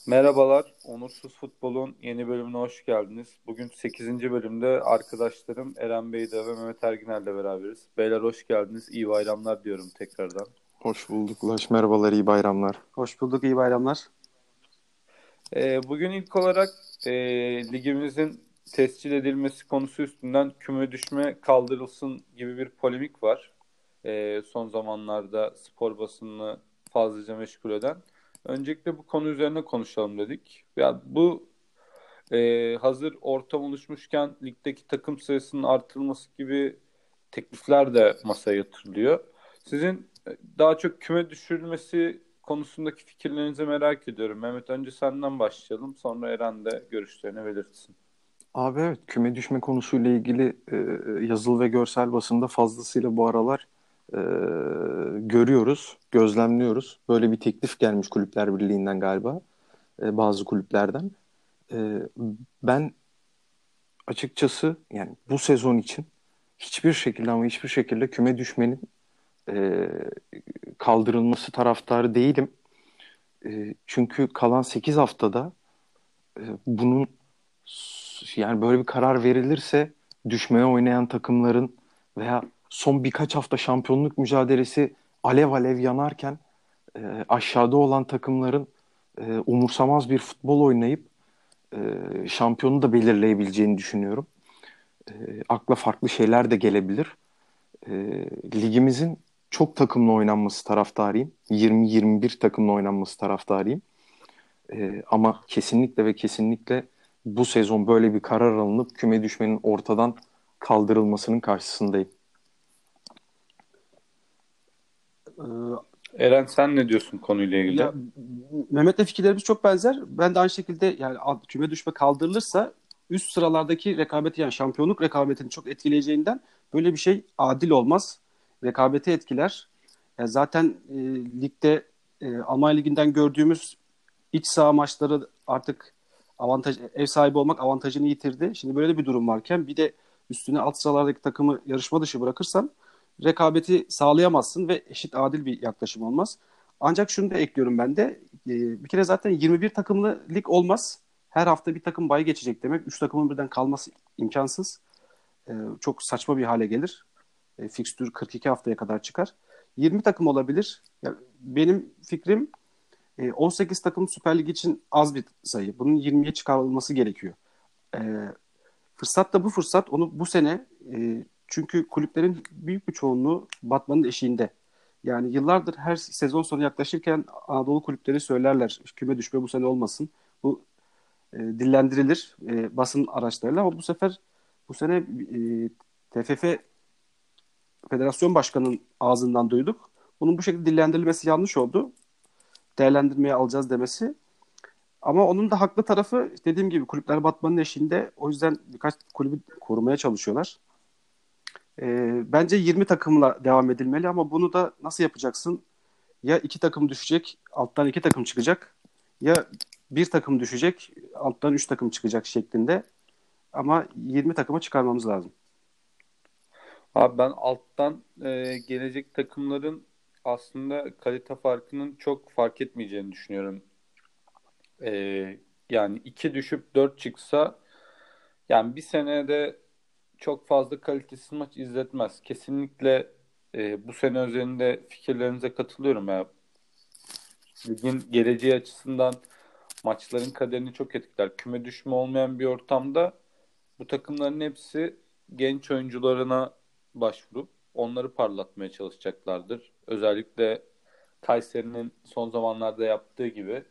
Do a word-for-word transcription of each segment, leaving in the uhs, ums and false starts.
Merhabalar, Onursuz Futbol'un yeni bölümüne hoş geldiniz. Bugün sekizinci bölümde arkadaşlarım Eren Beyda ve Mehmet Erginler'le beraberiz. Beyler hoş geldiniz, iyi bayramlar diyorum tekrardan. Hoş bulduk Ulaş. Merhabalar, iyi bayramlar. Hoş bulduk, iyi bayramlar. Ee, bugün ilk olarak e, ligimizin tescil edilmesi konusu üstünden küme düşme kaldırılsın gibi bir polemik var. Ee, son zamanlarda spor basınını fazlaca meşgul eden. Öncelikle bu konu üzerine konuşalım dedik. Ya bu Ee, hazır ortam oluşmuşken ligdeki takım sayısının artırılması gibi teklifler de masaya yatırılıyor. Sizin e, daha çok küme düşürülmesi konusundaki fikirlerinizi merak ediyorum. Mehmet, önce senden başlayalım. Sonra Eren de görüşlerini belirtsin. Abi evet, küme düşme konusuyla ilgili e, yazılı ve görsel basında fazlasıyla bu aralar e, görüyoruz, gözlemliyoruz. Böyle bir teklif gelmiş Kulüpler Birliği'nden galiba, e, bazı kulüplerden. E, Ben açıkçası yani bu sezon için hiçbir şekilde ama hiçbir şekilde küme düşmenin e, kaldırılması taraftarı değilim. E, çünkü kalan sekiz haftada e, bunun yani böyle bir karar verilirse düşmeye oynayan takımların veya son birkaç hafta şampiyonluk mücadelesi alev alev yanarken e, aşağıda olan takımların e, umursamaz bir futbol oynayıp e, şampiyonu da belirleyebileceğini düşünüyorum. E, Akla farklı şeyler de gelebilir. E, Ligimizin çok takımlı oynanması taraftarıyım. yirmi yirmi bir takımlı oynanması taraftarıyım. Ee, ama kesinlikle ve kesinlikle bu sezon böyle bir karar alınıp küme düşmenin ortadan kaldırılmasının karşısındayım. Ee, Eren, sen ne diyorsun konuyla ilgili? ya Mehmet'le fikirlerimiz çok benzer. Ben de aynı şekilde yani alt- küme düşme kaldırılırsa üst sıralardaki rekabeti yani şampiyonluk rekabetini çok etkileyeceğinden böyle bir şey adil olmaz. Rekabeti etkiler. Ya zaten e, ligde e, Almanya Ligi'nden gördüğümüz iç saha maçları artık avantaj ev sahibi olmak avantajını yitirdi. Şimdi böyle bir durum varken bir de üstüne alt sıralardaki takımı yarışma dışı bırakırsan rekabeti sağlayamazsın ve eşit adil bir yaklaşım olmaz. Ancak şunu da ekliyorum ben de. E, bir kere zaten yirmi bir takımlı lig olmaz. Her hafta bir takım bay geçecek demek. Üç takımın birden kalması imkansız. E, çok saçma bir hale gelir. E, fikstür kırk iki haftaya kadar çıkar. yirmi takım olabilir. Ya, benim fikrim e, on sekiz takım Süper Lig için az bir sayı. Bunun yirmiye çıkarılması gerekiyor. E, Fırsat da bu fırsat. Onu bu sene e, çünkü kulüplerin büyük bir çoğunluğu batmanın eşiğinde. Yani yıllardır her sezon sonu yaklaşırken Anadolu kulüpleri söylerler küme düşme bu sene olmasın. Bu e, dillendirilir e, basın araçlarıyla ama bu sefer bu sene e, T F F Federasyon Başkanı'nın ağzından duyduk. Bunun bu şekilde dillendirilmesi yanlış oldu. Değerlendirmeye alacağız demesi. Ama onun da haklı tarafı dediğim gibi kulüpler batmanın eşiğinde. O yüzden birkaç kulübü korumaya çalışıyorlar. Ee, bence yirmi takımla devam edilmeli ama bunu da nasıl yapacaksın? Ya iki takım düşecek, alttan iki takım çıkacak. Ya bir takım düşecek, alttan üç takım çıkacak şeklinde. Ama yirmi takıma çıkarmamız lazım. Abi, ben alttan e, gelecek takımların aslında kalite farkının çok fark etmeyeceğini düşünüyorum. E, Yani iki düşüp dört çıksa, yani bir senede çok fazla kalitesiz maç izletmez. Kesinlikle e, bu sene üzerinde fikirlerinize katılıyorum ya. Ligin geleceği açısından maçların kaderini çok etkiler. Küme düşme olmayan bir ortamda bu takımların hepsi genç oyuncularına başvurup onları parlatmaya çalışacaklardır. Özellikle Kayseri'nin son zamanlarda yaptığı gibi.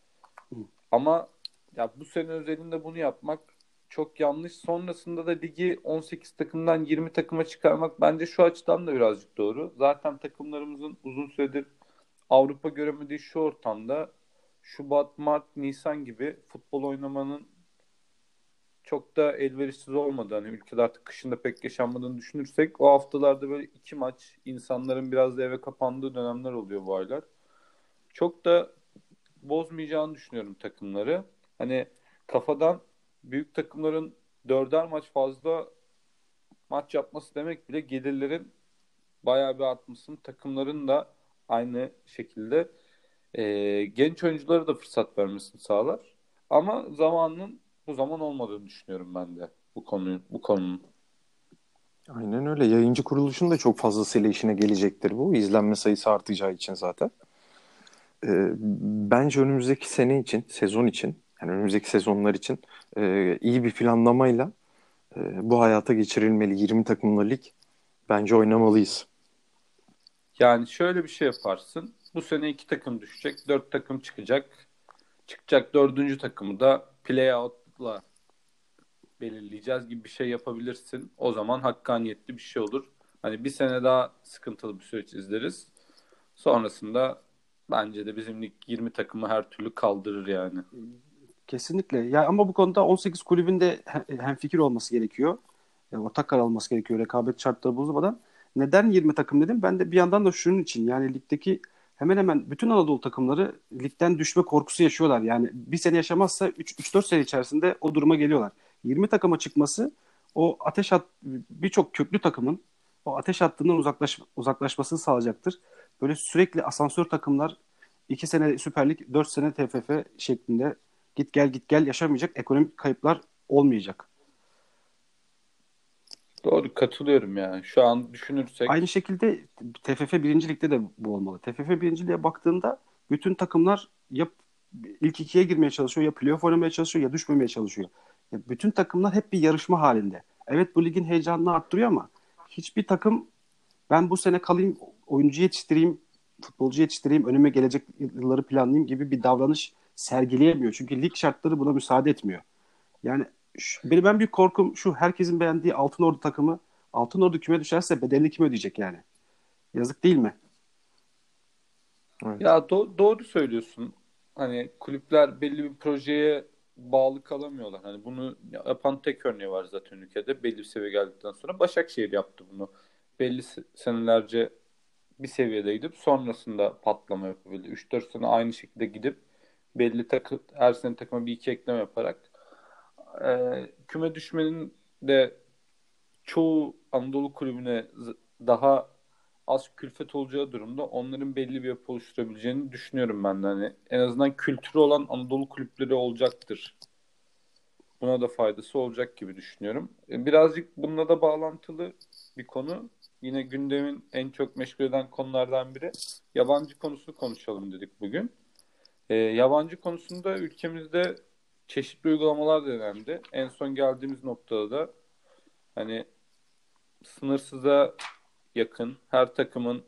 Ama ya bu sene özelinde bunu yapmak çok yanlış. Sonrasında da ligi on sekiz takımdan yirmi takıma çıkarmak bence şu açıdan da birazcık doğru. Zaten takımlarımızın uzun süredir Avrupa göremediği şu ortamda Şubat, Mart, Nisan gibi futbol oynamanın çok da elverişsiz olmadığı, hani ülkede artık kışında pek yaşanmadığını düşünürsek, o haftalarda böyle iki maç, insanların biraz da eve kapandığı dönemler oluyor bu aylar. Çok da bozmayacağını düşünüyorum takımları. Hani kafadan büyük takımların dörder maç fazla maç yapması demek bile gelirlerin bayağı bir artmasını, takımların da aynı şekilde E, genç oyunculara da fırsat vermesini sağlar. Ama zamanının bu zaman olmadığını düşünüyorum ben de bu konuyu bu konunun. Aynen öyle. Yayıncı kuruluşun da çok fazlasıyla işine gelecektir bu. İzlenme sayısı artacağı için zaten. Ee, bence önümüzdeki sene için, sezon için, yani önümüzdeki sezonlar için e, iyi bir planlamayla e, bu hayata geçirilmeli. yirmi takımlı lig bence oynamalıyız. Yani şöyle bir şey yaparsın. Bu sene iki takım düşecek, dört takım çıkacak. Çıkacak dördüncü takımı da play-out'la belirleyeceğiz gibi bir şey yapabilirsin. O zaman hakkaniyetli bir şey olur. Hani bir sene daha sıkıntılı bir süreç izleriz. Sonrasında bence de bizim lig yirmi takımı her türlü kaldırır yani. Kesinlikle. Ya ama bu konuda on sekiz kulübün de he- hemfikir olması gerekiyor. Yani ortak karar alması gerekiyor rekabet şartları bozulmadan. Neden yirmi takım dedim? Ben de bir yandan da şunun için, yani ligdeki hemen hemen bütün Anadolu takımları ligden düşme korkusu yaşıyorlar. Yani bir sene yaşamazsa üç dört sene içerisinde o duruma geliyorlar. yirmi takıma çıkması o ateş hat birçok köklü takımın o ateş hattından uzaklaş, uzaklaşmasını sağlayacaktır. Böyle sürekli asansör takımlar iki sene Süper Lig, dört sene T F F şeklinde git gel git gel yaşamayacak, ekonomik kayıplar olmayacak. Doğru, katılıyorum yani. Şu an düşünürsek Aynı şekilde T F F birinci Lig'de de bu olmalı. T F F birinci Lig'e baktığında bütün takımlar ya ilk ikiye girmeye çalışıyor, ya playoff oynamaya çalışıyor, ya düşmemeye çalışıyor. Ya bütün takımlar hep bir yarışma halinde. Evet, bu ligin heyecanını arttırıyor ama hiçbir takım ben bu sene kalayım, oyuncu yetiştireyim, futbolcu yetiştireyim, önüme gelecek yılları planlayayım gibi bir davranış sergileyemiyor. Çünkü lig şartları buna müsaade etmiyor. Yani şu, benim en büyük korkum şu: herkesin beğendiği Altınordu takımı Altınordu küme düşerse bedelini kim ödeyecek yani? Yazık değil mi? Evet. ya do- doğru söylüyorsun. Hani kulüpler belli bir projeye bağlı kalamıyorlar. Hani bunu yapan tek örneği var zaten ülkede. Belli bir seviye geldikten sonra Başakşehir yaptı bunu. Belli se- senelerce bir seviyede gidip sonrasında patlama yapabildi. üç dört sene aynı şekilde gidip belli takı her sene takıma bir iki ekleme yaparak e, küme düşmenin de çoğu Anadolu kulübüne z- daha az külfet olacağı durumda onların belli bir yapı oluşturabileceğini düşünüyorum ben de. Hani en azından kültürü olan Anadolu kulüpleri olacaktır. Buna da faydası olacak gibi düşünüyorum. E, Birazcık bununla da bağlantılı bir konu. Yine gündemin en çok meşgul eden konulardan biri. Yabancı konusunu konuşalım dedik bugün. E, yabancı konusunda ülkemizde çeşitli uygulamalar denendi. En son geldiğimiz noktada da hani sınırsıza yakın her takımın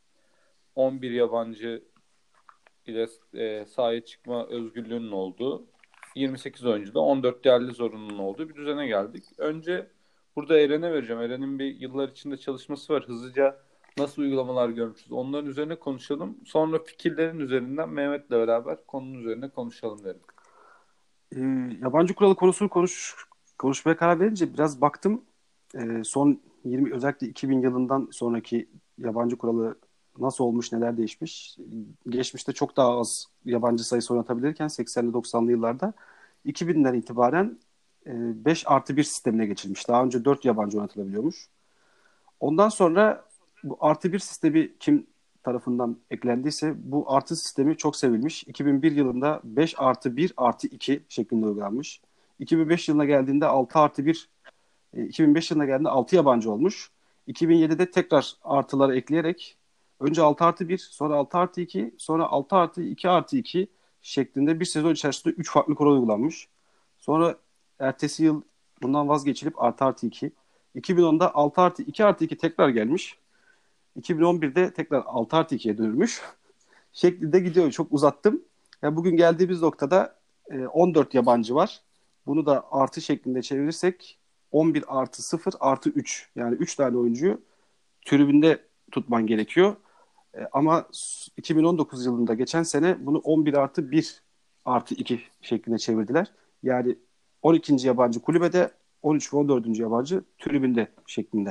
on bir yabancı ile e, sahaya çıkma özgürlüğünün olduğu, yirmi sekiz oyuncuda on dört yerli zorunluluğun olduğu bir düzene geldik. Önce burada Eren'e vereceğim. Eren'in bir yıllar içinde çalışması var. Hızlıca nasıl uygulamalar görmüşüz, onların üzerine konuşalım. Sonra fikirlerin üzerinden Mehmet'le beraber konunun üzerine konuşalım derim. Ee, yabancı kuralı konusunu konuş konuşmaya karar verince biraz baktım. Ee, son yirmi, özellikle iki bin yılından sonraki yabancı kuralı nasıl olmuş, neler değişmiş. Geçmişte çok daha az yabancı sayısı oynatabilirken seksenli doksanlı yıllarda iki binden itibaren e, beş artı bir sistemine geçilmiş. Daha önce dört yabancı oynatılabiliyormuş. Ondan sonra bu artı bir sistemi kim tarafından eklendiyse bu artı sistemi çok sevilmiş. iki bin bir yılında beş artı bir artı iki şeklinde uygulanmış. iki bin beş yılına geldiğinde altı artı bir, e, iki bin beş yılına geldiğinde altı yabancı olmuş. iki bin yedide tekrar artıları ekleyerek önce altı artı bir, sonra altı artı iki, sonra altı artı iki artı iki şeklinde bir sezon içerisinde üç farklı kural uygulanmış. Sonra ertesi yıl bundan vazgeçilip altı artı iki. iki bin onda altı artı iki artı iki tekrar gelmiş. iki bin on birde tekrar altı artı ikiye dönülmüş. Şeklinde gidiyor. Çok uzattım. Yani bugün geldiğimiz noktada e, on dört yabancı var. Bunu da artı şeklinde çevirirsek on bir artı sıfır artı üç. Yani üç tane oyuncuyu tribünde tutman gerekiyor. E, ama iki bin on dokuz yılında geçen sene bunu on bir artı bir artı iki şeklinde çevirdiler. Yani on ikinci yabancı kulübede, on üç ve on dördüncü yabancı tribünde şeklinde.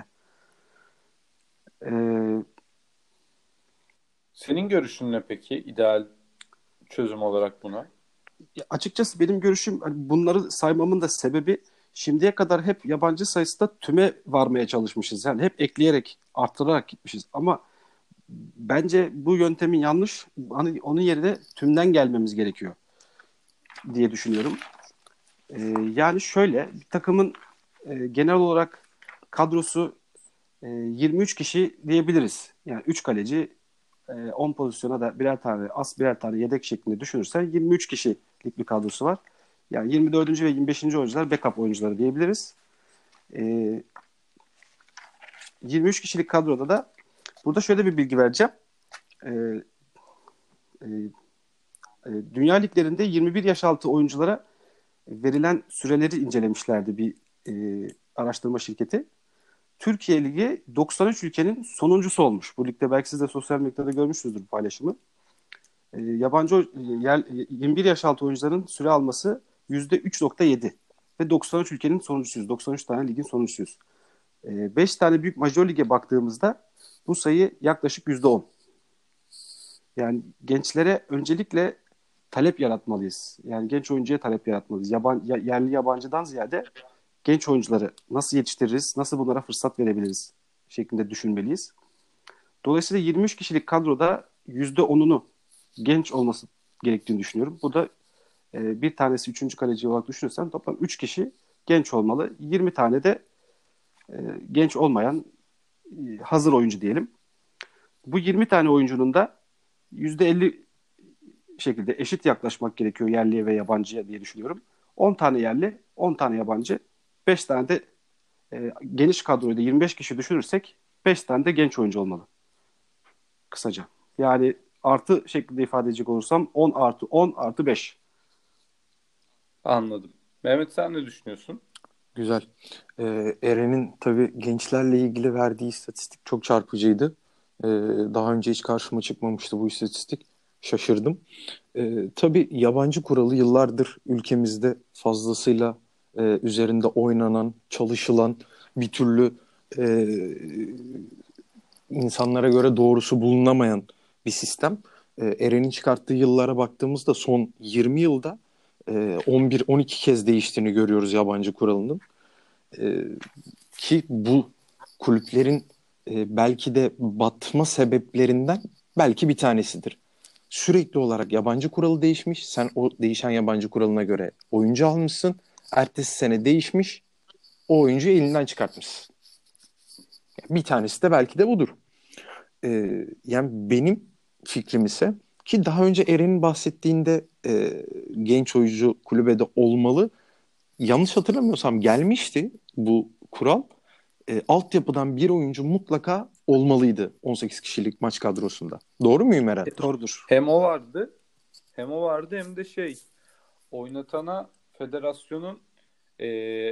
E, Senin görüşün ne peki ideal çözüm olarak buna? Ya açıkçası benim görüşüm, hani bunları saymamın da sebebi, şimdiye kadar hep yabancı sayısında tüme varmaya çalışmışız. Yani hep ekleyerek, arttırarak gitmişiz. Ama bence bu yöntemin yanlış. Hani onun yerine tümden gelmemiz gerekiyor diye düşünüyorum. Ee, yani şöyle bir takımın e, genel olarak kadrosu e, yirmi üç kişi diyebiliriz. Yani üç kaleci, e, on pozisyona da birer tane as birer tane yedek şeklinde düşünürsen yirmi üç kişilik bir kadrosu var. Yani yirmi dördüncü ve yirmi beşinci oyuncular backup oyuncuları diyebiliriz. E, yirmi üç kişilik kadroda da burada şöyle bir bilgi vereceğim. E, e, e, Dünya liglerinde yirmi bir yaş altı oyunculara verilen süreleri incelemişlerdi bir e, araştırma şirketi. Türkiye Ligi doksan üç ülkenin sonuncusu olmuş. Bu ligde belki siz de sosyal medyada görmüşsünüzdür bu paylaşımı. E, yabancı e, yer, yirmi bir yaş altı oyuncuların süre alması yüzde üç virgül yedi ve doksan üç ülkenin sonuncusuyuz. doksan üç tane ligin sonuncusuyuz. E, beş tane büyük major lige baktığımızda bu sayı yaklaşık yüzde on. Yani gençlere öncelikle talep yaratmalıyız. Yani genç oyuncuya talep yaratmalıyız. Yaban, yerli yabancıdan ziyade genç oyuncuları nasıl yetiştiririz, nasıl bunlara fırsat verebiliriz şeklinde düşünmeliyiz. Dolayısıyla yirmi üç kişilik kadroda yüzde onunu genç olması gerektiğini düşünüyorum. Bu da e, bir tanesi üçüncü kaleci olarak düşünürsen toplam üç kişi genç olmalı. yirmi tane de e, genç olmayan e, hazır oyuncu diyelim. Bu yirmi tane oyuncunun da yüzde elli şekilde eşit yaklaşmak gerekiyor yerliye ve yabancıya diye düşünüyorum. on tane yerli, on tane yabancı, beş tane de e, geniş kadroyu da yirmi beş kişi düşünürsek beş tane de genç oyuncu olmalı. Kısaca. Yani artı şeklinde ifade edecek olursam on artı on artı beş. Anladım. Mehmet sen ne düşünüyorsun? Güzel. Ee, Eren'in tabii gençlerle ilgili verdiği istatistik çok çarpıcıydı. Ee, daha önce hiç karşıma çıkmamıştı bu istatistik. Şaşırdım. Ee, tabii yabancı kuralı yıllardır ülkemizde fazlasıyla e, üzerinde oynanan, çalışılan, bir türlü e, insanlara göre doğrusu bulunamayan bir sistem. Ee, Eren'in çıkarttığı yıllara baktığımızda son yirmi yılda e, on bir on iki kez değiştiğini görüyoruz yabancı kuralının. Ee, ki bu kulüplerin e, belki de batma sebeplerinden belki bir tanesidir. Sürekli olarak yabancı kuralı değişmiş. Sen o değişen yabancı kuralına göre oyuncu almışsın. Ertesi sene değişmiş. O oyuncuyu elinden çıkartmışsın. Bir tanesi de belki de budur. Ee, yani benim fikrim ise ki daha önce Eren'in bahsettiğinde e, genç oyuncu kulübede olmalı. Yanlış hatırlamıyorsam gelmişti bu kural. E, altyapıdan bir oyuncu mutlaka olmalıydı on sekiz kişilik maç kadrosunda. Doğru muyum Eren? Doğrudur. Hem o vardı, hem o vardı hem de şey oynatana federasyonun e,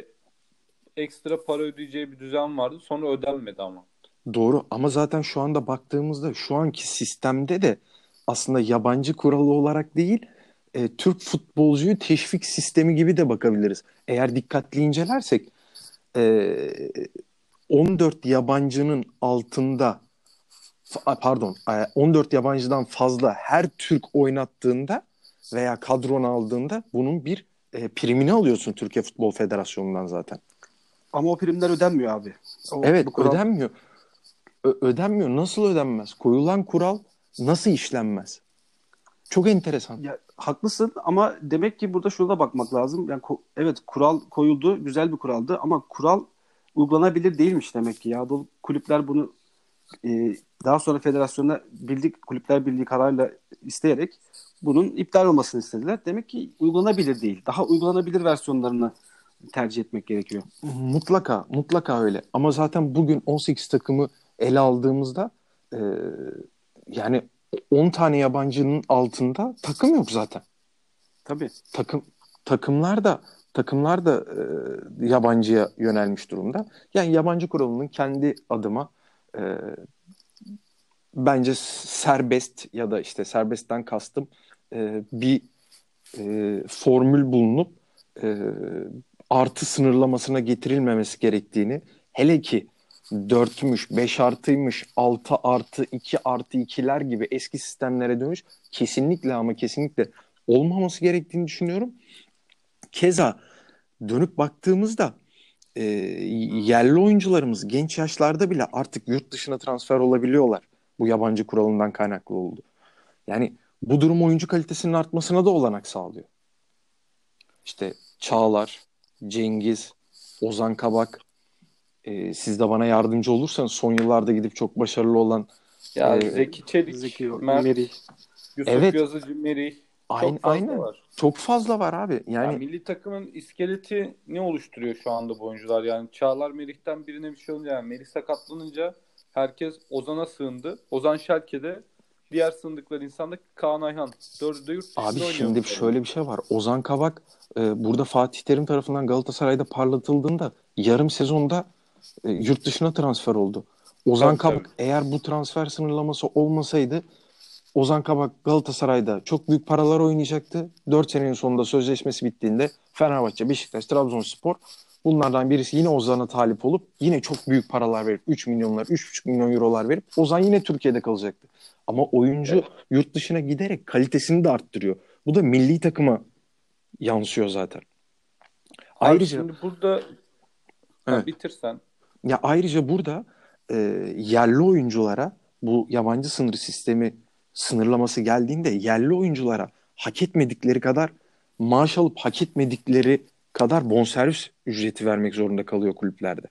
ekstra para ödeyeceği bir düzen vardı. Sonra ödenmedi ama. Doğru ama zaten şu anda baktığımızda şu anki sistemde de aslında yabancı kuralı olarak değil e, Türk futbolcuyu teşvik sistemi gibi de bakabiliriz. Eğer dikkatli incelersek e, on dört yabancının altında pardon on dört yabancıdan fazla her Türk oynattığında veya kadronu aldığında bunun bir e, primini alıyorsun Türkiye Futbol Federasyonu'ndan zaten. Ama o primler ödenmiyor abi. O, Evet bu kural... ödenmiyor. Ö- ödenmiyor. Nasıl ödenmez? Koyulan kural nasıl işlenmez? Çok enteresan. Ya, haklısın ama demek ki burada şuna da bakmak lazım. Yani ko- evet kural koyuldu, güzel bir kuraldı ama kural uygulanabilir değilmiş demek ki. Ya bu kulüpler bunu e, daha sonra federasyona birlik kulüpler birliği kararıyla isteyerek bunun iptal olmasını istediler. Demek ki uygulanabilir değil. Daha uygulanabilir versiyonlarını tercih etmek gerekiyor. Mutlaka, mutlaka öyle. Ama zaten bugün on sekiz takımı ele aldığımızda e, yani on tane yabancının altında takım yok zaten. Tabii. Takım takımlar da takımlar da e, yabancıya yönelmiş durumda. Yani yabancı kuralının kendi adıma e, bence serbest ya da işte serbestten kastım e, bir e, formül bulunup e, artı sınırlamasına getirilmemesi gerektiğini, hele ki dörtmüş, beş artıymış, altı artı iki artı ikiler gibi eski sistemlere dönüş kesinlikle ama kesinlikle olmaması gerektiğini düşünüyorum. Keza dönüp baktığımızda e, yerli oyuncularımız genç yaşlarda bile artık yurt dışına transfer olabiliyorlar. Bu yabancı kuralından kaynaklı oldu. Yani bu durum oyuncu kalitesinin artmasına da olanak sağlıyor. İşte Çağlar, Cengiz, Ozan Kabak, e, siz de bana yardımcı olursanız son yıllarda gidip çok başarılı olan Ya e, Zeki Çelik, Zeki, Mert, Merih. Yusuf evet, Yazıcı, Merih aynen, çok fazla aynen var. çok fazla var abi. Ya Yani milli takımın iskeleti ne oluşturuyor şu anda bu oyuncular? Yani Çağlar Merih'ten birine bir şey olunca, yani Merih sakatlanınca herkes Ozan'a sığındı. Ozan Şalke'de, diğer sığındıkları insan da Kaan Ayhan. Dördü de yurt abi dışında oynuyor şimdi bunların. şöyle bir şey var. Ozan Kabak e, burada Fatih Terim tarafından Galatasaray'da parlatıldığında yarım sezonda e, yurt dışına transfer oldu. Ozan Tabii tabii. Kabak eğer bu transfer sınırlaması olmasaydı Ozan Kabak Galatasaray'da çok büyük paralar oynayacaktı. dört senenin sonunda sözleşmesi bittiğinde Fenerbahçe, Beşiktaş, Trabzonspor bunlardan birisi yine Ozan'a talip olup yine çok büyük paralar verip üç milyonlar, üç buçuk milyon eurolar verip Ozan yine Türkiye'de kalacaktı. Ama oyuncu Evet. yurt dışına giderek kalitesini de arttırıyor. Bu da milli takıma yansıyor zaten. Abi Ayrıca şimdi burada, evet. ha, bitirsen. Ya ayrıca burada e, yerli oyunculara bu yabancı sınır sistemi sınırlaması geldiğinde yerli oyunculara hak etmedikleri kadar maaş alıp hak etmedikleri kadar bonservis ücreti vermek zorunda kalıyor kulüplerde.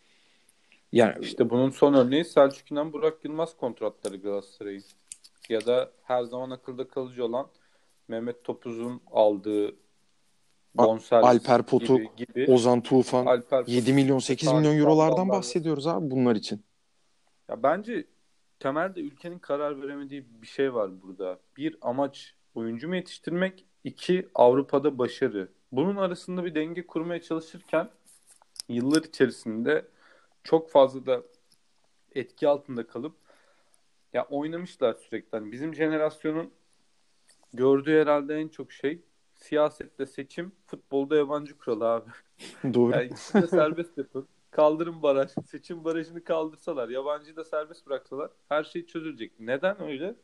Yani İşte bunun son örneği Selçuk İnan, Burak Yılmaz kontratları Galatasaray'ın. Ya da her zaman akılda kalıcı olan Mehmet Topuz'un aldığı A- bonservis Alper Potuk, gibi gibi. Ozan Tufan Alper yedi Potuk, milyon işte sekiz Salih milyon eurolardan Sandallar var. bahsediyoruz abi bunlar için. Ya bence temelde ülkenin karar veremediği bir şey var burada. Bir, amaç oyuncu mu yetiştirmek? İki, Avrupa'da başarı. Bunun arasında bir denge kurmaya çalışırken yıllar içerisinde çok fazla da etki altında kalıp ya oynamışlar sürekli. Hani bizim jenerasyonun gördüğü herhalde en çok şey siyasette seçim, futbolda yabancı kuralı abi. Doğru. Yani ikisini de serbest yapın. Kaldırın baraj. Seçim barajını kaldırsalar, yabancıyı da serbest bıraksalar her şey çözülecek. Neden öyle?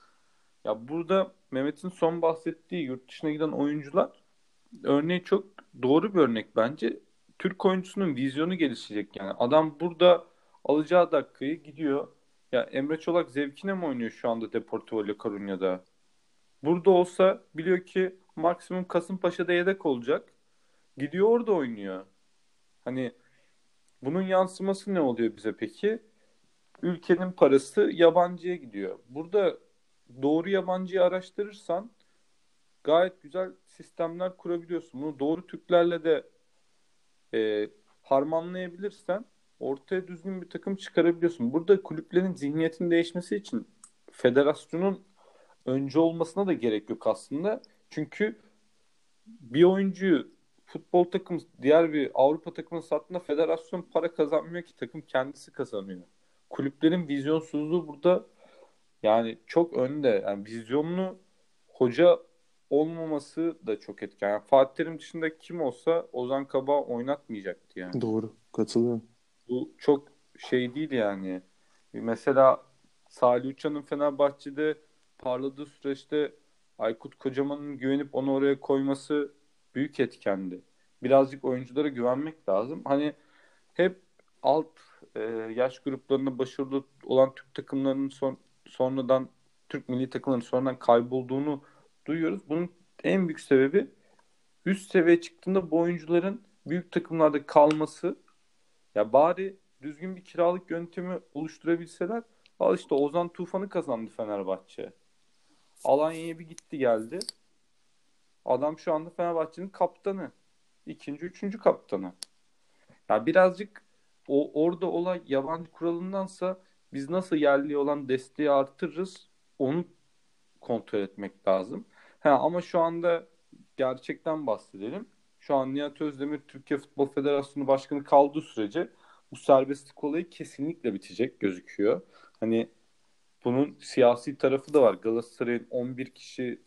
Ya burada Mehmet'in son bahsettiği yurt dışına giden oyuncular örneği çok doğru bir örnek bence. Türk oyuncusunun vizyonu gelişecek yani. Adam burada alacağı dakikayı gidiyor. Ya Emre Çolak zevkine mi oynuyor şu anda Deportivo La Coruña'da? Burada olsa biliyor ki maksimum Kasımpaşa'da yedek olacak. Gidiyor orada oynuyor. Hani bunun yansıması ne oluyor bize peki? Ülkenin parası yabancıya gidiyor. Burada doğru yabancıyı araştırırsan gayet güzel sistemler kurabiliyorsun. Bunu doğru Türklerle de e, harmanlayabilirsen ortaya düzgün bir takım çıkarabiliyorsun. Burada kulüplerin zihniyetinin değişmesi için federasyonun önce olmasına da gerek yok aslında. Çünkü bir oyuncuyu futbol takımı diğer bir Avrupa takımına sattığında federasyon para kazanmıyor ki, takım kendisi kazanıyor. Kulüplerin vizyonsuzluğu burada yani çok önde. Yani vizyonlu hoca olmaması da çok etken. Yani Fatih Terim dışında kim olsa Ozan Kabak'ı oynatmayacaktı yani. Doğru. Katılıyorum. Bu çok şey değil yani. Mesela Salih Uçan'ın Fenerbahçe'de parladığı süreçte Aykut Kocaman'ın güvenip onu oraya koyması büyük etkendi. Birazcık oyunculara güvenmek lazım. Hani hep alt e, yaş gruplarında başarılı olan Türk takımlarının son, sonradan Türk milli takımlarının sonradan kaybolduğunu duyuyoruz. Bunun en büyük sebebi üst seviye çıktığında bu oyuncuların büyük takımlarda kalması. Ya bari düzgün bir kiralık yöntemi oluşturabilseler. Al işte Ozan Tufan'ı kazandı Fenerbahçe. Alanya'ya bir gitti geldi. Adam şu anda Fenerbahçe'nin kaptanı. İkinci, üçüncü kaptanı. Ya birazcık o orada olay yabancı kuralındansa biz nasıl yerli olan desteği artırırız onu kontrol etmek lazım. Ha, ama şu anda gerçekten bahsedelim. Şu an Nihat Özdemir Türkiye Futbol Federasyonu Başkanı kaldığı sürece bu serbestlik olayı kesinlikle bitecek gözüküyor. Hani bunun siyasi tarafı da var. Galatasaray'ın on bir kişi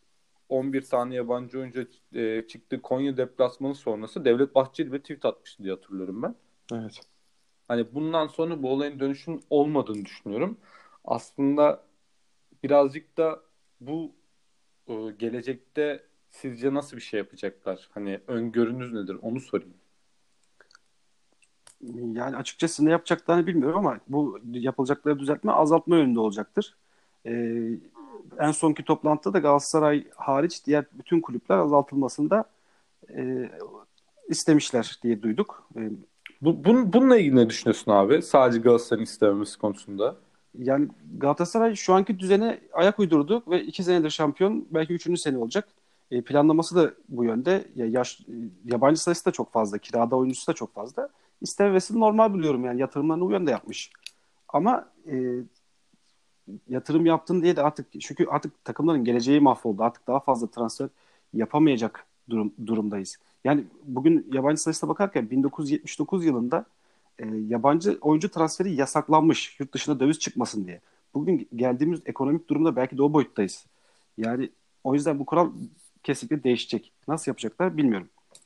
on bir tane yabancı oyuncu e, çıktığı Konya deplasmanı sonrası Devlet Bahçeli bir tweet atmıştı diye hatırlıyorum ben. Evet. Hani bundan sonra bu olayın dönüşün olmadığını düşünüyorum. Aslında birazcık da bu e, gelecekte sizce nasıl bir şey yapacaklar? Hani öngörünüz nedir? Onu sorayım. Yani açıkçası ne yapacaklarını bilmiyorum ama bu yapılacakları düzeltme azaltma yönünde olacaktır. Ee, En sonki toplantıda da Galatasaray hariç diğer bütün kulüpler azaltılmasını da e, istemişler diye duyduk. Ee, Bu, bun, bununla ilgili ne düşünüyorsun abi? Sadece Galatasaray'ın istememesi konusunda. Yani Galatasaray şu anki düzene ayak uydurdu ve iki senedir şampiyon, belki üçüncü sene olacak. E, planlaması da bu yönde. Ya yaş, e, yabancı sayısı da çok fazla, kirada oyuncusu da çok fazla. İstememesini normal buluyorum, yani yatırımlarını bu yönde yapmış. Ama e, yatırım yaptın diye de artık, çünkü artık takımların geleceği mahvoldu. Artık daha fazla transfer yapamayacak durum, durumdayız. Yani bugün yabancı sayısına bakarken bin dokuz yüz yetmiş dokuz yılında e, yabancı oyuncu transferi yasaklanmış, yurt dışına döviz çıkmasın diye. Bugün geldiğimiz ekonomik durumda belki de o boyuttayız. Yani o yüzden bu kural kesinlikle değişecek. Nasıl yapacaklar bilmiyorum.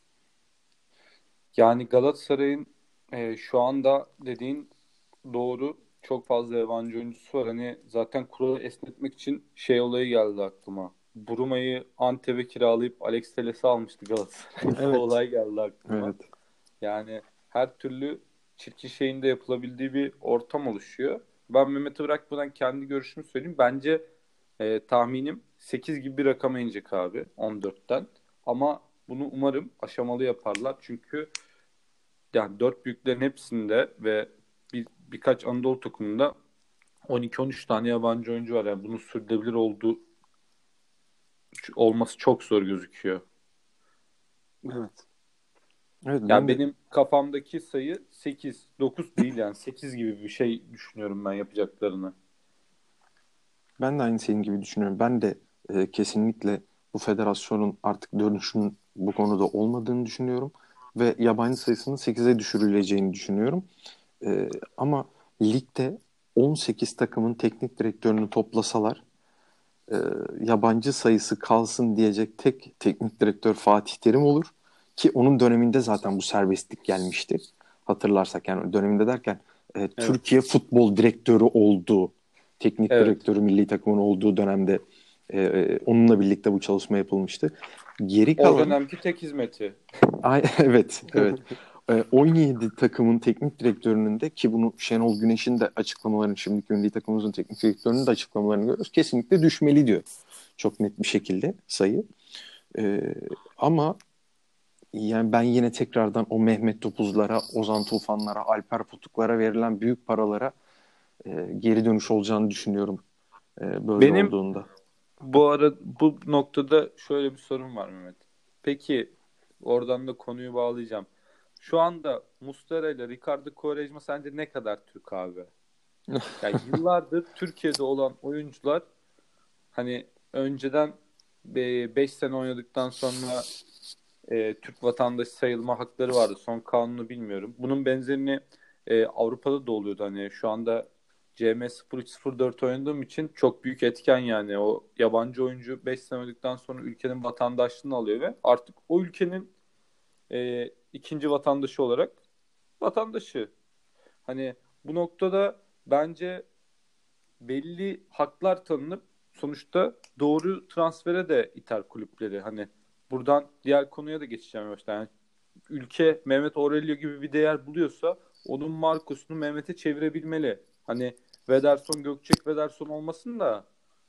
Yani Galatasaray'ın e, şu anda dediğin doğru. Çok fazla yabancı oyuncusu var. Hani zaten kuralı esnetmek için şey olayı geldi aklıma. Buruma'yı Antep'e kiralayıp Alex Telles'i almıştı Galatasaray. O Evet. olay geldi aklıma. Evet. Yani her türlü çirkin şeyin de yapılabildiği bir ortam oluşuyor. Ben Mehmet'i bırakmadan kendi görüşümü söyleyeyim. Bence e, tahminim sekiz gibi bir rakama inecek abi on dörtten. Ama bunu umarım aşamalı yaparlar. Çünkü yani dört büyüklerin hepsinde ve bir, birkaç Anadolu takımında on iki on üç tane yabancı oyuncu var. Yani bunun sürdürülebilir olduğu olması çok zor gözüküyor. Evet. Evet ben Yani de benim kafamdaki sayı sekiz dokuz değil yani sekiz gibi bir şey düşünüyorum ben yapacaklarını. ben de aynı senin gibi düşünüyorum. Ben de e, kesinlikle bu federasyonun artık dönüşünün bu konuda olmadığını düşünüyorum ve yabancı sayısının sekize düşürüleceğini düşünüyorum. E, ama ligde on sekiz takımın teknik direktörünü toplasalar e, yabancı sayısı kalsın diyecek tek teknik direktör Fatih Terim olur. Ki onun döneminde zaten bu serbestlik gelmişti. Hatırlarsak, yani döneminde derken e, Evet. Türkiye futbol direktörü olduğu, teknik Evet. direktörü milli takımın olduğu dönemde e, e, onunla birlikte bu çalışma yapılmıştı. Geri O kalan dönemki tek hizmeti. ay, evet evet E, on yedi takımın teknik direktörünün de, ki bunu Şenol Güneş'in de açıklamalarını, şimdiki milli takımımızın teknik direktörünün de açıklamalarını görüyoruz. Kesinlikle düşmeli diyor. Çok net bir şekilde sayı. Ee, ama yani ben yine tekrardan o Mehmet Topuzlara, Ozan Tufanlara, Alper Putuklara verilen büyük paralara e, geri dönüş olacağını düşünüyorum e, böyle Benim olduğunda. bu ara bu noktada şöyle bir sorun var Mehmet. Peki oradan da konuyu bağlayacağım. Şu anda Muslera ile Ricardo Quaresma sence ne kadar Türk abi? Yani yıllardır Türkiye'de olan oyuncular hani önceden beş sene oynadıktan sonra e, Türk vatandaşı sayılma hakları vardı. Son kanunu bilmiyorum. Bunun benzerini e, Avrupa'da da oluyordu. Hani şu anda C M sıfır üç sıfır dört oynadığım için çok büyük etken yani. O yabancı oyuncu beş sene oynadıktan sonra ülkenin vatandaşlığını alıyor ve artık o ülkenin e, ikinci vatandaşı olarak vatandaşı. Hani bu noktada bence belli haklar tanınıp sonuçta doğru transfere de iter kulüpleri. Hani buradan diğer konuya da geçeceğim yavaştan. Yani ülke Mehmet Aurelio gibi bir değer buluyorsa onun markosunu Mehmet'e çevirebilmeli. Hani Vederson Gökçek Vederson olmasın da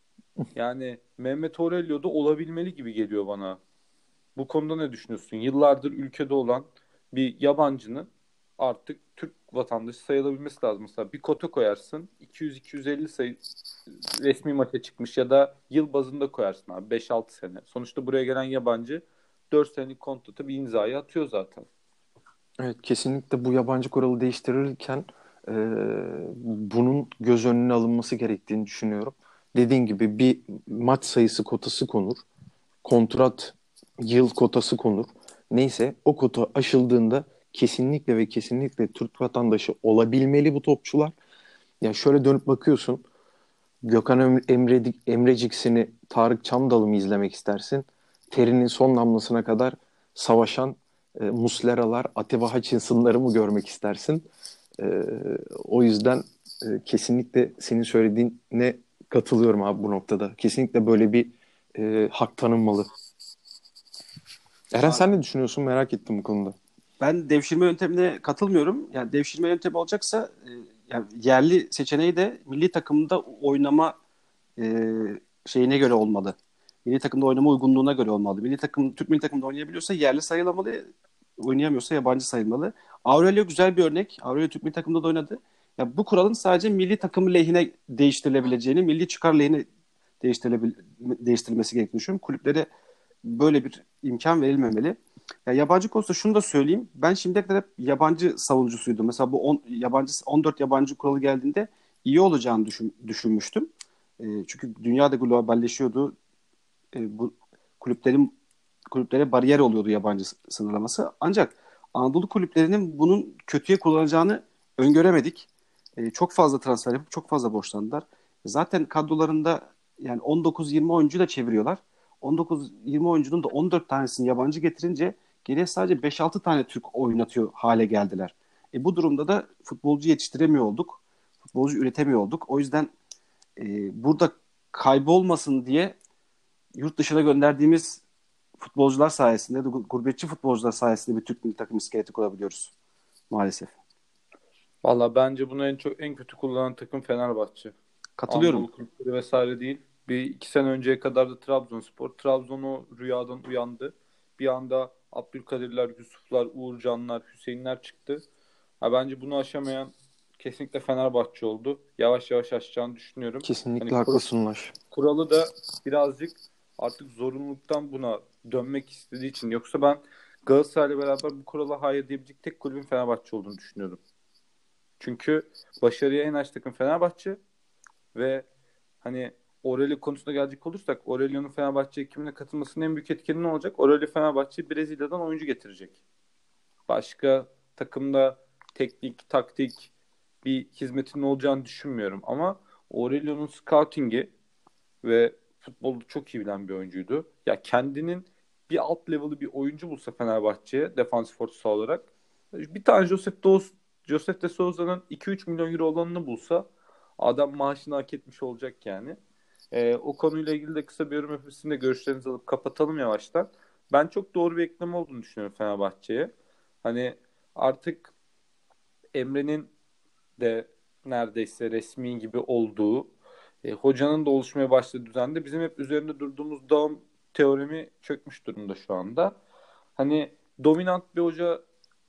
yani Mehmet Aurelio da olabilmeli gibi geliyor bana. Bu konuda ne düşünüyorsun? Yıllardır ülkede olan bir yabancının artık Türk vatandaşı sayılabilmesi lazım. Mesela bir kota koyarsın iki yüz iki yüz elli sayı resmi maça çıkmış ya da yıl bazında koyarsın abi beş altı sene. Sonuçta buraya gelen yabancı dört senelik kontrata bir imzayı atıyor zaten. Evet, kesinlikle bu yabancı kuralı değiştirilirken e, bunun göz önüne alınması gerektiğini düşünüyorum. Dediğin gibi bir maç sayısı kotası konur. Kontrat yıl kotası konur. Neyse, o kota aşıldığında kesinlikle ve kesinlikle Türk vatandaşı olabilmeli bu topçular. Ya şöyle dönüp bakıyorsun. Gökhan Emre, Emreciksini, Tarık Çamdal'ı mı izlemek istersin? Terinin son damlasına kadar savaşan e, Musleralar, Atiba Hutchinson'ları mı görmek istersin? E, o yüzden e, kesinlikle senin söylediğine katılıyorum abi bu noktada. Kesinlikle böyle bir e, hak tanınmalı. Eren, sen Aynen. ne düşünüyorsun? Merak ettim bu konuda. Ben devşirme yöntemine katılmıyorum. Yani devşirme yöntemi olacaksa e, yani yerli seçeneği de milli takımda oynama e, şeyine göre olmalı. Milli takımda oynama uygunluğuna göre olmalı. Milli takım Türk milli takımda oynayabiliyorsa yerli sayılmalı, oynayamıyorsa yabancı sayılmalı. Aurelio güzel bir örnek. Aurelio Türk milli takımda da oynadı. Ya bu kuralın sadece milli takım lehine değiştirilebileceğini, milli çıkar lehine değiştirilebil değiştirilmesi gerektiğini düşünüyorum. Kulüplere böyle bir imkan verilmemeli. Ya yabancı konusunda şunu da söyleyeyim. Ben şimdiye kadar hep yabancı savunucusuydum. Mesela bu on, yabancı on dört yabancı kuralı geldiğinde iyi olacağını düşün, düşünmüştüm. E, çünkü dünya da globalleşiyordu. E, bu kulüplerin kulüplere bariyer oluyordu yabancı sınırlaması. Ancak Anadolu kulüplerinin bunun kötüye kullanacağını öngöremedik. E, çok fazla transfer yapıp çok fazla borçlandılar. Zaten kadrolarında yani on dokuz yirmi oyuncu da çeviriyorlar. on dokuz yirmi oyuncunun da on dört tanesini yabancı getirince geriye sadece beş altı tane Türk oynatıyor hale geldiler. E, bu durumda da futbolcu yetiştiremiyor olduk. Futbolcu üretemiyor olduk. O yüzden e, burada kaybolmasın diye yurt dışına gönderdiğimiz futbolcular sayesinde, gurbetçi futbolcular sayesinde bir Türk milli takım iskeleti kurabiliyoruz maalesef. Valla bence bunu en çok en kötü kullanan takım Fenerbahçe. Katılıyorum. Anadolu kulüpleri vesaire değil. Bir iki sene önceye kadar da Trabzonspor. Trabzon o rüyadan uyandı. Bir anda Abdülkadirler, Yusuflar, Uğurcanlar, Hüseyinler çıktı. Ha, bence bunu aşamayan kesinlikle Fenerbahçe oldu. Yavaş yavaş aşacağını düşünüyorum. Hani Kesinlikle kur- haklısın Ulaş. kuralı da birazcık artık zorunluluktan buna dönmek istediği için. Yoksa ben Galatasaray'la beraber bu kurala hayır diyebilecek tek kulübün Fenerbahçe olduğunu düşünüyorum. Çünkü başarıya en aç takım Fenerbahçe ve hani Aurelio konusuna gelecek olursak Aurelio'nun Fenerbahçe ekibine katılmasının en büyük etkeni ne olacak? Aurelio Fenerbahçe Brezilya'dan oyuncu getirecek. Başka takımda teknik, taktik bir hizmetinin olacağını düşünmüyorum ama Aurelio'nun scouting'i ve futbolu çok iyi bilen bir oyuncuydu. Ya kendinin bir alt level'ı bir oyuncu bulsa Fenerbahçe'ye defansif orta saha olarak bir tane Joseph de, Joseph de Souza'nın iki üç milyon euro olanını bulsa adam maaşını hak etmiş olacak yani. Ee, o konuyla ilgili de kısa bir yorum yapıp sizin de görüşlerinizi alıp kapatalım yavaştan. Ben çok doğru bir ekleme olduğunu düşünüyorum Fenerbahçe'ye. Hani artık Emre'nin de neredeyse resmi gibi olduğu, e, hocanın da oluşmaya başladığı düzende bizim hep üzerinde durduğumuz dağım teoremi çökmüş durumda şu anda. Hani dominant bir hoca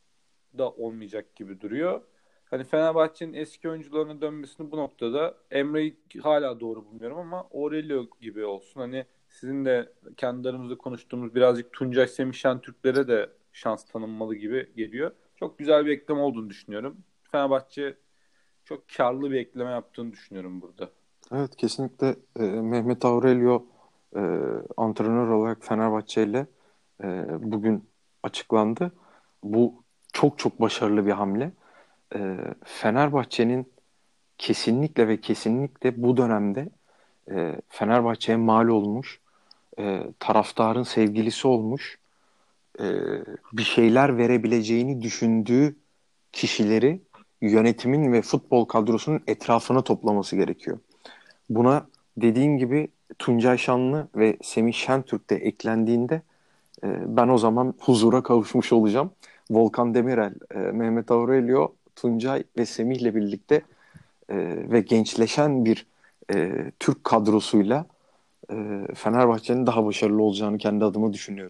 da olmayacak gibi duruyor. Hani Fenerbahçe'nin eski oyuncularına dönmesini bu noktada Emre'yi hala doğru bulmuyorum ama Aurelio gibi olsun. Hani sizin de kendi aramızda konuştuğumuz birazcık Tuncay Semih Şentürklere de şans tanınmalı gibi geliyor. Çok güzel bir ekleme olduğunu düşünüyorum. Fenerbahçe çok karlı bir ekleme yaptığını düşünüyorum burada. Evet, kesinlikle e, Mehmet Aurelio e, antrenör olarak Fenerbahçe ile e, bugün açıklandı. Bu çok çok başarılı bir hamle. E, Fenerbahçe'nin kesinlikle ve kesinlikle bu dönemde e, Fenerbahçe'ye mal olmuş, e, taraftarın sevgilisi olmuş, e, bir şeyler verebileceğini düşündüğü kişileri yönetimin ve futbol kadrosunun etrafına toplaması gerekiyor. Buna dediğin gibi Tuncay Şanlı ve Semih Şentürk de eklendiğinde e, ben o zaman huzura kavuşmuş olacağım. Volkan Demirel, e, Mehmet Aurelio, Tuncay ve Semih'le birlikte e, ve gençleşen bir e, Türk kadrosuyla e, Fenerbahçe'nin daha başarılı olacağını kendi adıma düşünüyorum.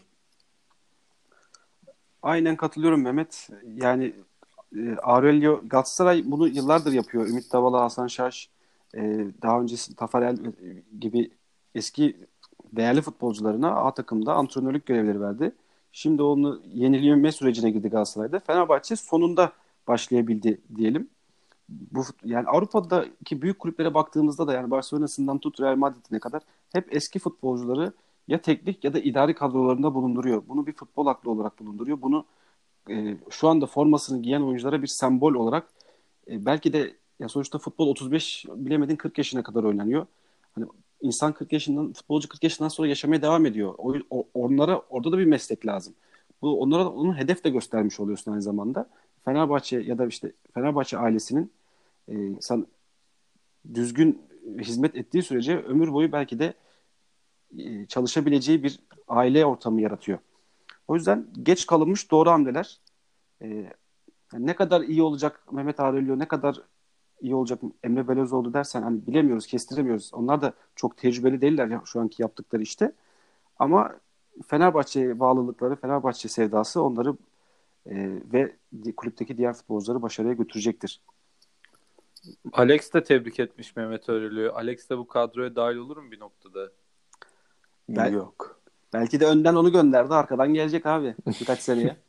Aynen katılıyorum Mehmet. Yani e, Aurelio Galatasaray bunu yıllardır yapıyor. Ümit Davala, Hasan Şaş, e, daha öncesi Tafarel e, gibi eski değerli futbolcularına A takımda antrenörlük görevleri verdi. Şimdi onu yenileme sürecine girdi Galatasaray'da. Fenerbahçe sonunda başlayabildi diyelim. Bu yani Avrupa'daki büyük kulüplere baktığımızda da yani Barcelona'sından tut Real Madrid'ine kadar hep eski futbolcuları ya teknik ya da idari kadrolarında bulunduruyor. Bunu bir futbol aklı olarak bulunduruyor. Bunu e, şu anda formasını giyen oyunculara bir sembol olarak e, belki de ya sonuçta futbol otuz beş bilemedin kırk yaşına kadar oynanıyor. Hani insan kırk yaşından futbolcu kırk yaşından sonra yaşamaya devam ediyor. O, o- onlara orada da bir meslek lazım. Bu onlara onun hedef de göstermiş oluyorsun aynı zamanda. Fenerbahçe ya da işte Fenerbahçe ailesinin e, san, düzgün hizmet ettiği sürece ömür boyu belki de e, çalışabileceği bir aile ortamı yaratıyor. O yüzden geç kalınmış doğru hamleler. e, yani ne kadar iyi olacak Mehmet Aurelio, ne kadar iyi olacak Emre Belözoğlu dersen hani bilemiyoruz, kestiremiyoruz. Onlar da çok tecrübeli değiller ya, şu anki yaptıkları işte. Ama Fenerbahçe'ye bağlılıkları, Fenerbahçe sevdası onları e, ve kulüpteki diğer futbolcuları başarıya götürecektir. Alex de tebrik etmiş Mehmet Örelü'yü. Alex de bu kadroya dahil olur mu bir noktada? Ben, Yok. belki de önden onu gönderdi, arkadan gelecek abi birkaç seneye.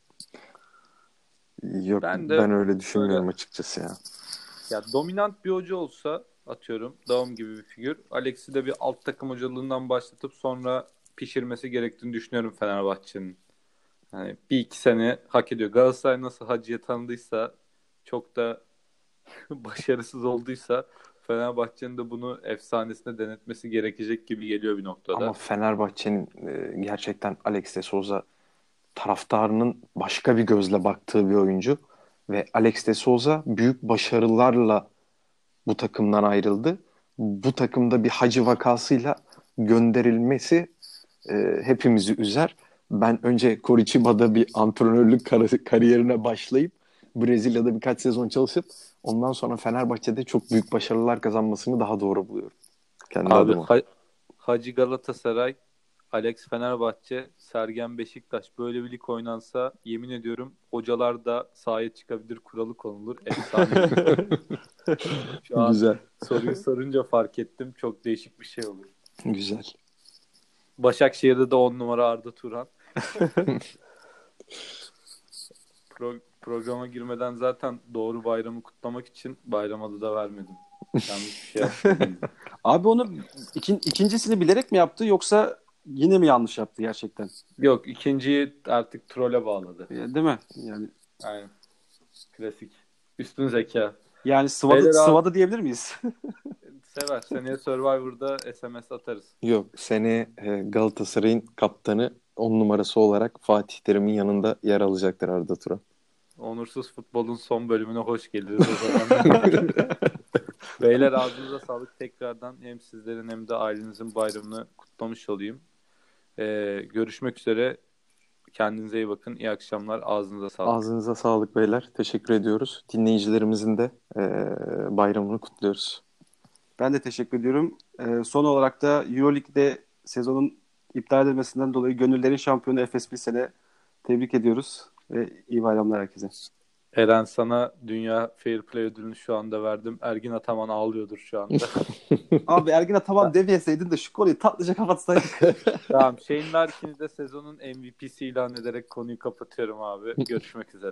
Yok, Ben de ben öyle böyle düşünmüyorum açıkçası ya. ya dominant bir hoca olsa, atıyorum Daum gibi bir figür, Alex'i de bir alt takım hocalığından başlatıp sonra pişirmesi gerektiğini düşünüyorum Fenerbahçe'nin. Yani bir iki sene hak ediyor. Galatasaray nasıl Hacı'ya tanıdıysa, çok da başarısız olduysa, Fenerbahçe'nin de bunu efsanesine denetmesi gerekecek gibi geliyor bir Ama noktada. Fenerbahçe'nin e, gerçekten Alex de Souza taraftarının başka bir gözle baktığı bir oyuncu ve Alex de Souza büyük başarılarla bu takımdan ayrıldı. Bu takımda bir Hacı vakasıyla gönderilmesi e, hepimizi üzer. Ben önce Curitiba'da bir antrenörlük kar- kariyerine başlayıp Brezilya'da birkaç sezon çalışıp ondan sonra Fenerbahçe'de çok büyük başarılar kazanmasını daha doğru buluyorum. Kendi Abi adıma. Ha- Hacı Galatasaray, Alex Fenerbahçe, Sergen Beşiktaş, böyle bir lig oynansa yemin ediyorum hocalar da sahaya çıkabilir, kuralı konulur. Efsane bir lig olur. Şu an Güzel. soruyu sorunca fark ettim. Çok değişik bir şey olur. Güzel. Başakşehir'de de on numara Arda Turan. Pro- programa girmeden zaten doğru bayramı kutlamak için bayram adı da vermedim. Yanlış bir şey yaptım. Abi onu ikin, ikincisini bilerek mi yaptı yoksa yine mi yanlış yaptı gerçekten? Yok, ikinciyi artık trole bağladı. E, değil mi? Yani Aynen. Klasik. Üstün zeka. yani sıvadı Beyler abi, sıvadı diyebilir miyiz? sever. Seneye Survivor'da S M S atarız. Yok, seneye e, Galatasaray'ın kaptanı on numarası olarak Fatih Terim'in yanında yer alacaktır Arda Turan. Onursuz Futbol'un son bölümüne hoş geldiniz o zaman. Beyler, ağzınıza sağlık tekrardan. Hem sizlerin hem de ailenizin bayramını kutlamış olayım. Ee, görüşmek üzere. Kendinize iyi bakın. İyi akşamlar. Ağzınıza sağlık. Ağzınıza sağlık beyler. Teşekkür ediyoruz. Dinleyicilerimizin de e, bayramını kutluyoruz. Ben de teşekkür ediyorum. E, son olarak da Euroleague'de sezonun iptal edilmesinden dolayı gönüllerin şampiyonu Efes Pilsen'e tebrik ediyoruz ve iyi bayramlar herkese. Eren, sana Dünya Fair Play ödülünü şu anda verdim. Ergin Ataman ağlıyordur şu anda. Abi Ergin'e tamam demeyeseydin de şu konuyu tatlıca kapatsaydık. Tamam. Shane Larkin'i de sezonun M V P'si ilan ederek konuyu kapatıyorum abi. Görüşmek üzere.